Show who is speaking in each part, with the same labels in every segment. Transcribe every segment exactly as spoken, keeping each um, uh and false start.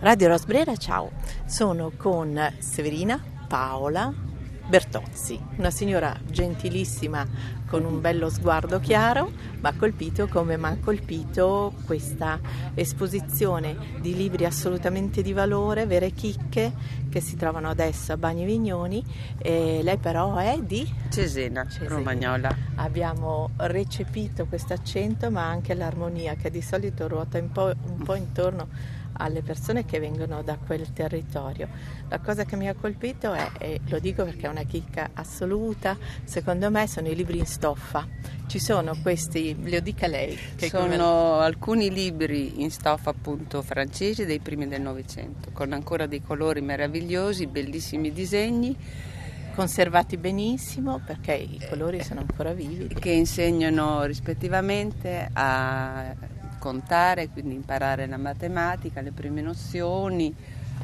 Speaker 1: Radio Rosbrera, ciao, sono con Severina Paola Bertozzi, una signora gentilissima con un bello sguardo chiaro, ma ha colpito come mi ha colpito questa esposizione di libri assolutamente di valore, vere chicche, che si trovano adesso a Bagni Vignoni. E lei però è di
Speaker 2: Cesena,
Speaker 1: Cesena,
Speaker 2: Romagnola.
Speaker 1: Abbiamo recepito questo accento, ma anche l'armonia che di solito ruota un po', un po' intorno alle persone che vengono da quel territorio. La cosa che mi ha colpito è, e lo dico perché è una chicca assoluta, secondo me sono i libri in stoffa. Ci sono questi, lo dica lei. Che
Speaker 2: sono
Speaker 1: come...
Speaker 2: alcuni libri in stoffa appunto francesi dei primi del Novecento, con ancora dei colori meravigliosi, bellissimi disegni.
Speaker 1: Conservati benissimo perché i colori sono ancora vividi.
Speaker 2: Che insegnano rispettivamente a contare, quindi imparare la matematica, le prime nozioni,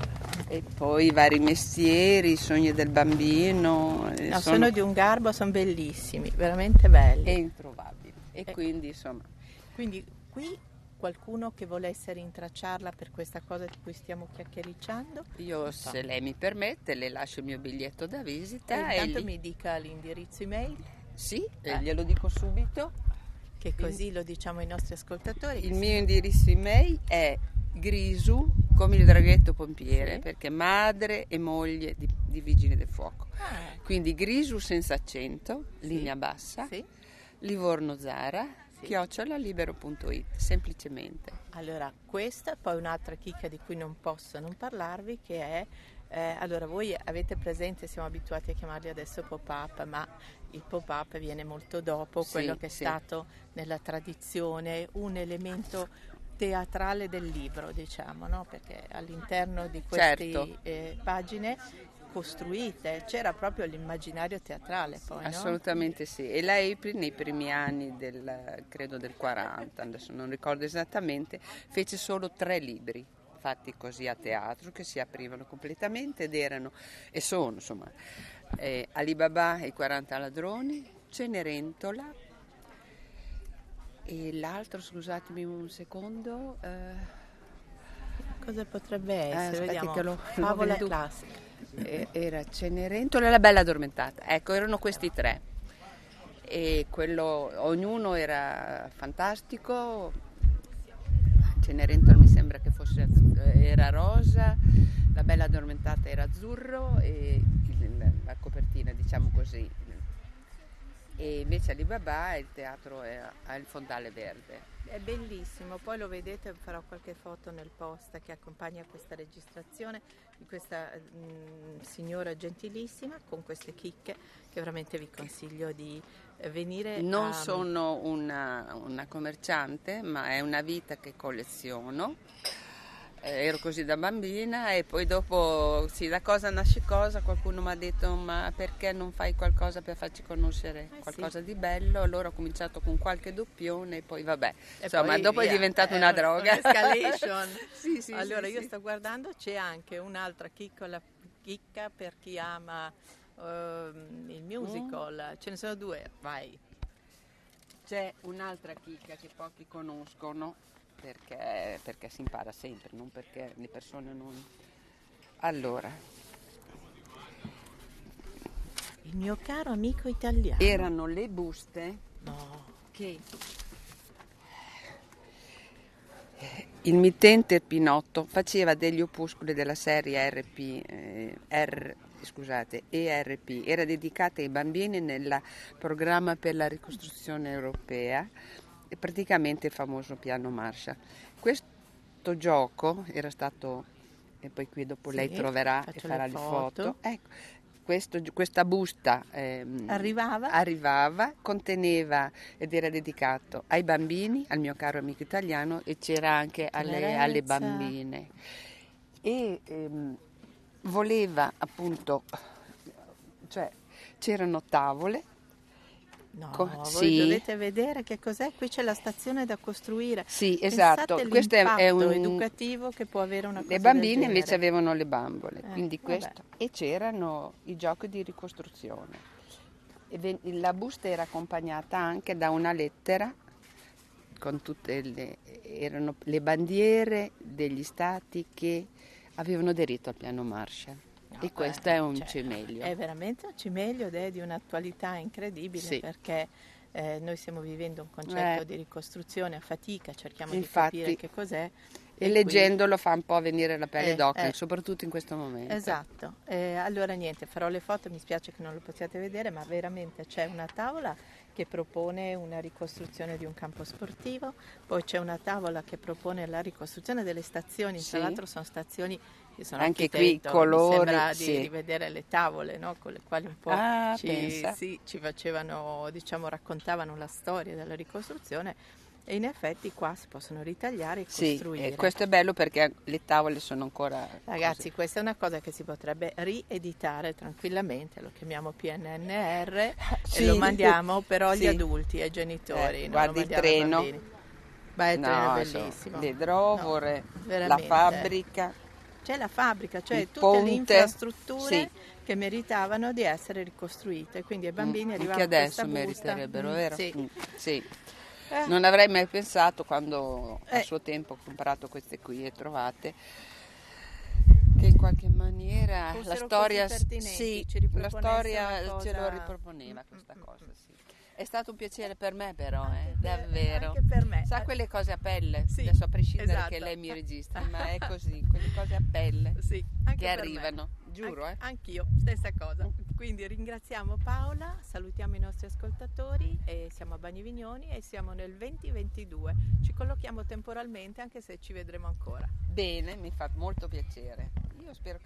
Speaker 2: e poi i vari mestieri, i sogni del bambino.
Speaker 1: No,
Speaker 2: sono...
Speaker 1: sono di un garbo, sono bellissimi, veramente belli.
Speaker 2: E introvabili. E eh. quindi insomma.
Speaker 1: Quindi qui qualcuno che volesse rintracciarla per questa cosa di cui stiamo chiacchiericciando?
Speaker 2: Io, so. Se lei mi permette, le lascio il mio biglietto da visita.
Speaker 1: E intanto
Speaker 2: e
Speaker 1: mi dica l'indirizzo email.
Speaker 2: Sì, eh. glielo dico subito.
Speaker 1: Che così il, lo diciamo ai nostri ascoltatori.
Speaker 2: Il mio indirizzo email è grisu, come il draghetto pompiere, sì. Perché madre e moglie di, di Vigili del Fuoco. Ah. Quindi grisu senza accento, sì. Linea bassa, sì. Livorno Zara, sì. chiocciola libero punto it, semplicemente.
Speaker 1: Allora, questa poi un'altra chicca di cui non posso non parlarvi, che è Eh, allora, voi avete presente, siamo abituati a chiamarli adesso pop-up, ma il pop-up viene molto dopo, sì, quello che è sì. stato nella tradizione un elemento teatrale del libro, diciamo, no? Perché all'interno di queste
Speaker 2: certo.
Speaker 1: eh, pagine costruite c'era proprio l'immaginario teatrale, poi,
Speaker 2: assolutamente
Speaker 1: no?
Speaker 2: Sì. E la April nei primi anni del, credo del quaranta, adesso non ricordo esattamente, fece solo tre libri fatti così a teatro, che si aprivano completamente ed erano e sono insomma eh, Alibaba e i quaranta ladroni, Cenerentola e l'altro, scusatemi un secondo, eh,
Speaker 1: cosa potrebbe essere?
Speaker 2: Eh,
Speaker 1: Vediamo,
Speaker 2: che lo,
Speaker 1: favola
Speaker 2: lo
Speaker 1: classica.
Speaker 2: Eh, era Cenerentola e la Bella Addormentata, ecco, erano questi tre e quello, ognuno era fantastico. Cenerentola mi sembra che fosse era rosa, la Bella Addormentata era azzurro e il, la copertina, diciamo così, e invece Alibaba il teatro ha il fondale verde.
Speaker 1: È bellissimo, poi lo vedete, farò qualche foto nel post che accompagna questa registrazione di questa mh, signora gentilissima con queste chicche che veramente vi consiglio di venire.
Speaker 2: Non
Speaker 1: a...
Speaker 2: sono una, una commerciante, ma è una vita che colleziono. Eh, ero così da bambina e poi dopo, sì, da cosa nasce cosa, qualcuno mi ha detto ma perché non fai qualcosa per farci conoscere eh, qualcosa sì. di bello, allora ho cominciato con qualche doppione e poi vabbè, e insomma poi, dopo via. È diventata una droga.
Speaker 1: Un'escalation.
Speaker 2: sì, sì,
Speaker 1: allora
Speaker 2: sì,
Speaker 1: io
Speaker 2: sì.
Speaker 1: sto guardando, c'è anche un'altra chiccola chicca per chi ama uh, il musical, mm. ce ne sono due, vai.
Speaker 2: C'è un'altra chicca che pochi conoscono, Perché, perché si impara sempre, non perché le persone non... Allora,
Speaker 1: il mio caro amico italiano.
Speaker 2: Erano le buste
Speaker 1: no.
Speaker 2: che il mittente Pinotto faceva degli opuscoli della serie R P, eh, R, scusate, E R P, era dedicata ai bambini nel programma per la ricostruzione europea, praticamente il famoso piano Marshall. Questo gioco era stato, e poi qui dopo sì, lei troverà e farà le foto, foto. Ecco, questo, questa busta ehm,
Speaker 1: arrivava?
Speaker 2: arrivava, conteneva ed era dedicato ai bambini, al mio caro amico italiano, e c'era anche alle, alle bambine e ehm, voleva appunto, cioè c'erano tavole.
Speaker 1: No,
Speaker 2: Co-
Speaker 1: voi
Speaker 2: sì.
Speaker 1: dovete vedere che cos'è, qui c'è la stazione da costruire.
Speaker 2: Sì, esatto.
Speaker 1: Pensate
Speaker 2: Questo è un
Speaker 1: educativo che può avere una cosa
Speaker 2: le bambine
Speaker 1: del
Speaker 2: invece avevano le bambole,
Speaker 1: eh,
Speaker 2: quindi questo. E c'erano i giochi di ricostruzione. E ve- la busta era accompagnata anche da una lettera con tutte le, erano le bandiere degli stati che avevano aderito al piano Marshall. No, e questo beh, è un cioè, cimelio.
Speaker 1: È veramente un cimelio ed è di un'attualità incredibile, sì. Perché eh, noi stiamo vivendo un concetto eh. di ricostruzione a fatica, cerchiamo
Speaker 2: Infatti,
Speaker 1: di capire che cos'è.
Speaker 2: E, e leggendolo qui... fa un po' venire la pelle
Speaker 1: eh,
Speaker 2: d'oca,
Speaker 1: eh.
Speaker 2: soprattutto in questo momento.
Speaker 1: Esatto. Eh, allora niente, farò le foto, mi spiace che non lo possiate vedere, ma veramente c'è una tavola che propone una ricostruzione di un campo sportivo, poi c'è una tavola che propone la ricostruzione delle stazioni, sì. Tra l'altro sono stazioni che sono
Speaker 2: anche qui colori,
Speaker 1: mi sembra
Speaker 2: sì.
Speaker 1: di rivedere le tavole, no? Con le quali un po'
Speaker 2: ah,
Speaker 1: ci, sì, ci facevano, diciamo, raccontavano la storia della ricostruzione. E in effetti qua si possono ritagliare e costruire.
Speaker 2: Sì, eh, questo è bello perché le tavole sono ancora...
Speaker 1: Ragazzi,
Speaker 2: così.
Speaker 1: Questa è una cosa che si potrebbe rieditare tranquillamente, lo chiamiamo P N N R sì. E lo mandiamo però agli sì. adulti, ai genitori.
Speaker 2: Eh, guardi il treno.
Speaker 1: Beh, il
Speaker 2: no,
Speaker 1: treno è bellissimo.
Speaker 2: Le drovore, no, la fabbrica.
Speaker 1: C'è la fabbrica, cioè tutte
Speaker 2: ponte,
Speaker 1: le infrastrutture
Speaker 2: sì.
Speaker 1: che meritavano di essere ricostruite, quindi ai bambini
Speaker 2: mm,
Speaker 1: arrivava
Speaker 2: anche adesso
Speaker 1: questa
Speaker 2: meriterebbero,
Speaker 1: busta.
Speaker 2: vero?
Speaker 1: Sì.
Speaker 2: Mm, sì.
Speaker 1: Eh.
Speaker 2: Non avrei mai pensato quando
Speaker 1: eh.
Speaker 2: a suo tempo ho comprato queste qui e trovate che in qualche maniera
Speaker 1: fossero
Speaker 2: la storia
Speaker 1: sì,
Speaker 2: la storia cosa... ce lo riproponeva questa mm-hmm. cosa, sì. È stato un piacere per me però, eh,
Speaker 1: per,
Speaker 2: davvero.
Speaker 1: Anche per me.
Speaker 2: Sa quelle cose a pelle,
Speaker 1: sì,
Speaker 2: adesso a prescindere
Speaker 1: esatto.
Speaker 2: che lei mi registri, ma è così, quelle cose a pelle
Speaker 1: sì,
Speaker 2: che arrivano, me. Giuro.
Speaker 1: An-
Speaker 2: eh.
Speaker 1: Anch'io, stessa cosa. Quindi ringraziamo Paola, salutiamo i nostri ascoltatori e siamo a Bagnivignoni e siamo nel venti ventidue. Ci collochiamo temporalmente anche se ci vedremo ancora.
Speaker 2: Bene, mi fa molto piacere. Io spero che